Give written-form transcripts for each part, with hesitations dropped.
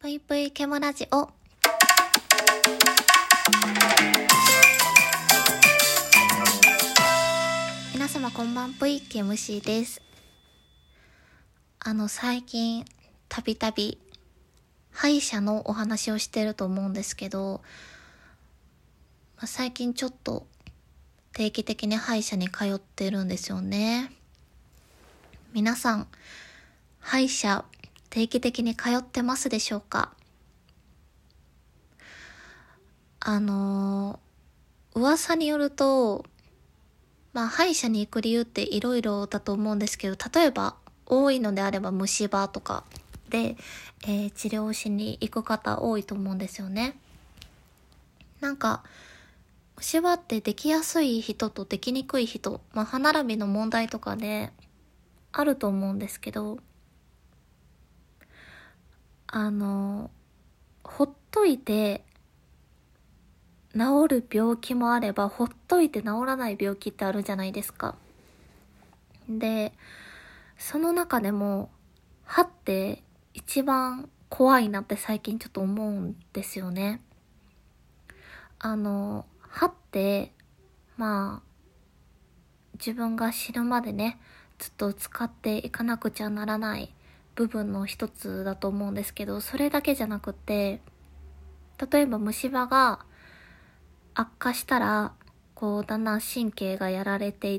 ぷいぷいケモラジオ。皆様こんばんぷい、ケムシです。最近たびたび歯医者のお話をしてると思うんですけど、最近ちょっと定期的に歯医者に通ってるんですよね。皆さん歯医者定期的に通ってますでしょうか？噂によると、歯医者に行く理由っていろいろだと思うんですけど、例えば多いのであれば虫歯とかで、治療しに行く方多いと思うんですよね。虫歯ってできやすい人とできにくい人、歯並びの問題とかであると思うんですけど、ほっといて治る病気もあれば、ほっといて治らない病気ってあるじゃないですか。で、その中でも歯って一番怖いなって最近ちょっと思うんですよね。歯って自分が死ぬまでね、ずっと使っていかなくちゃならない部分の一つだと思うんですけど、それだけじゃなくて、例えば虫歯が悪化したらだんだん神経がやられていって、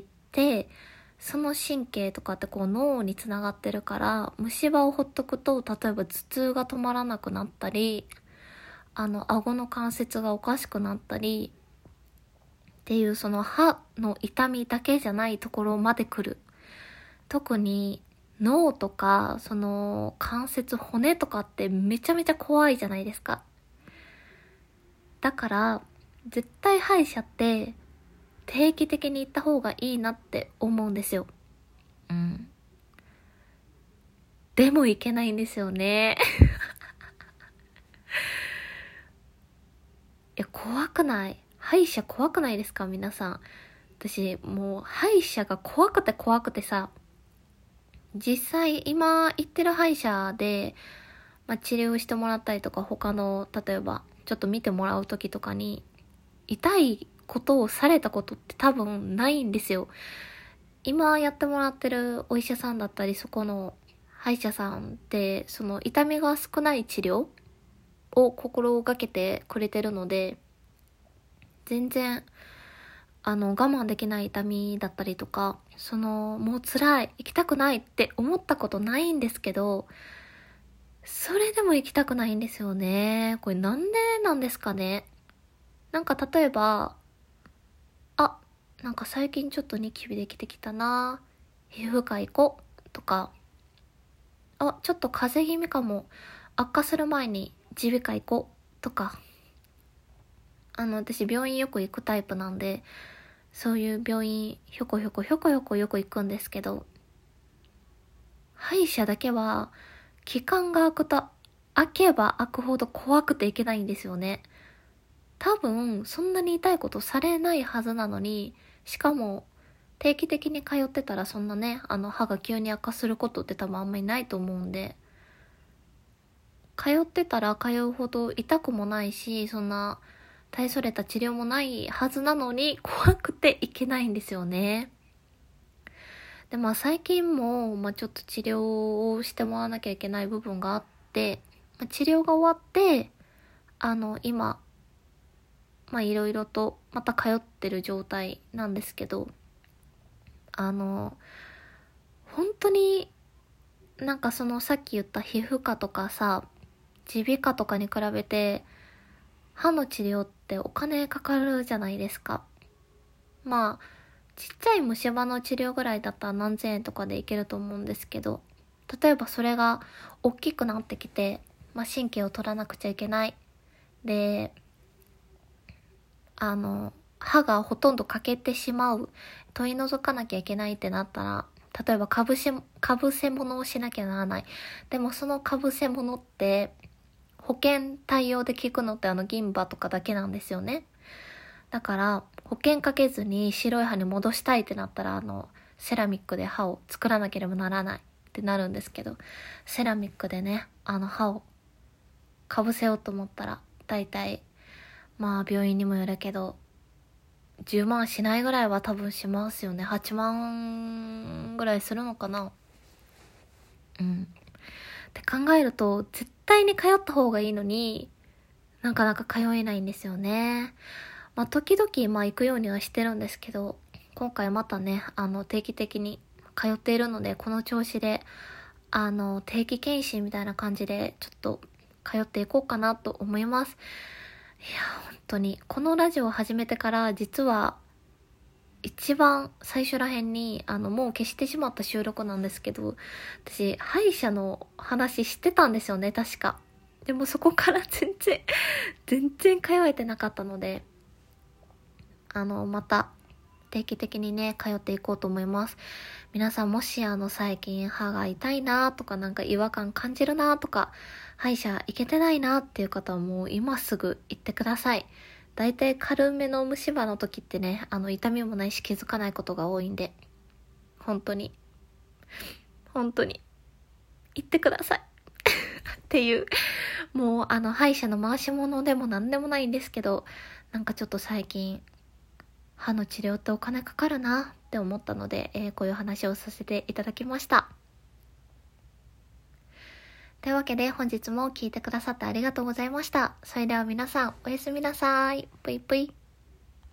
その神経とかって脳につながってるから、虫歯をほっとくと、例えば頭痛が止まらなくなったり、顎の関節がおかしくなったりっていう、その歯の痛みだけじゃないところまで来る。特に脳とかその関節、骨とかってめちゃめちゃ怖いじゃないですか。だから絶対歯医者って定期的に行った方がいいなって思うんですよ。でも行けないんですよね。いや、怖くない？歯医者怖くないですか皆さん。私もう歯医者が怖くてさ、実際今行ってる歯医者で、治療してもらったりとか、他の例えばちょっと見てもらう時とかに痛いことをされたことって多分ないんですよ。今やってもらってるお医者さんだったり、そこの歯医者さんってその痛みが少ない治療を心がけてくれてるので、全然我慢できない痛みだったりとか、もう辛い、行きたくないって思ったことないんですけど、それでも行きたくないんですよね。これなんでなんですかね。例えば、最近ちょっとニキビできてきたな、皮膚科行こうとか、ちょっと風邪気味かも、悪化する前に耳鼻科行こうとか、私病院よく行くタイプなんで、そういう病院ひょこよく行くんですけど、歯医者だけは期間が空けば空くほど怖くていけないんですよね。多分そんなに痛いことされないはずなのに、しかも定期的に通ってたらそんなね、歯が急に悪化することって多分あんまりないと思うんで、通ってたら通うほど痛くもないし、そんな大それた治療もないはずなのに怖くていけないんですよね。で最近もちょっと治療をしてもらわなきゃいけない部分があって、治療が終わって今いろいろとまた通ってる状態なんですけど、本当にさっき言った皮膚科とかさ、耳鼻科とかに比べて歯の治療ってお金かかるじゃないですか。ちっちゃい虫歯の治療ぐらいだったら何千円とかでいけると思うんですけど、例えばそれが大きくなってきて、神経を取らなくちゃいけない。で、歯がほとんど欠けてしまう。取り除かなきゃいけないってなったら、例えばかぶせ物をしなきゃならない。でもそのかぶせ物って、保険対応で効くのって銀歯とかだけなんですよね。だから保険かけずに白い歯に戻したいってなったらセラミックで歯を作らなければならないってなるんですけど、セラミックでね歯をかぶせようと思ったら、だいたい、まあ病院にもよるけど、10万しないぐらいは多分しますよね。8万ぐらいするのかな。って考えると、絶対に通った方がいいのに、なかなか通えないんですよね。まあ時々行くようにはしてるんですけど、今回またね、定期的に通っているので、この調子で、定期検診みたいな感じで、ちょっと通っていこうかなと思います。いや、本当に、このラジオを始めてから、実は、一番最初らへんに、もう消してしまった収録なんですけど、私、歯医者の話してたんですよね、確か。でもそこから全然通えてなかったので、また、定期的にね、通っていこうと思います。皆さんもし最近歯が痛いなとかなんか違和感感じるなとか、歯医者行けてないなっていう方はもう今すぐ行ってください。だいたい軽めの虫歯の時ってね、痛みもないし気づかないことが多いんで、本当に行ってください。っていう、もう歯医者の回し物でもなんでもないんですけど、なんかちょっと最近、歯の治療ってお金かかるなって思ったので、こういう話をさせていただきました。というわけで本日も聞いてくださってありがとうございました。それでは皆さんおやすみなさい。ぷいぷい。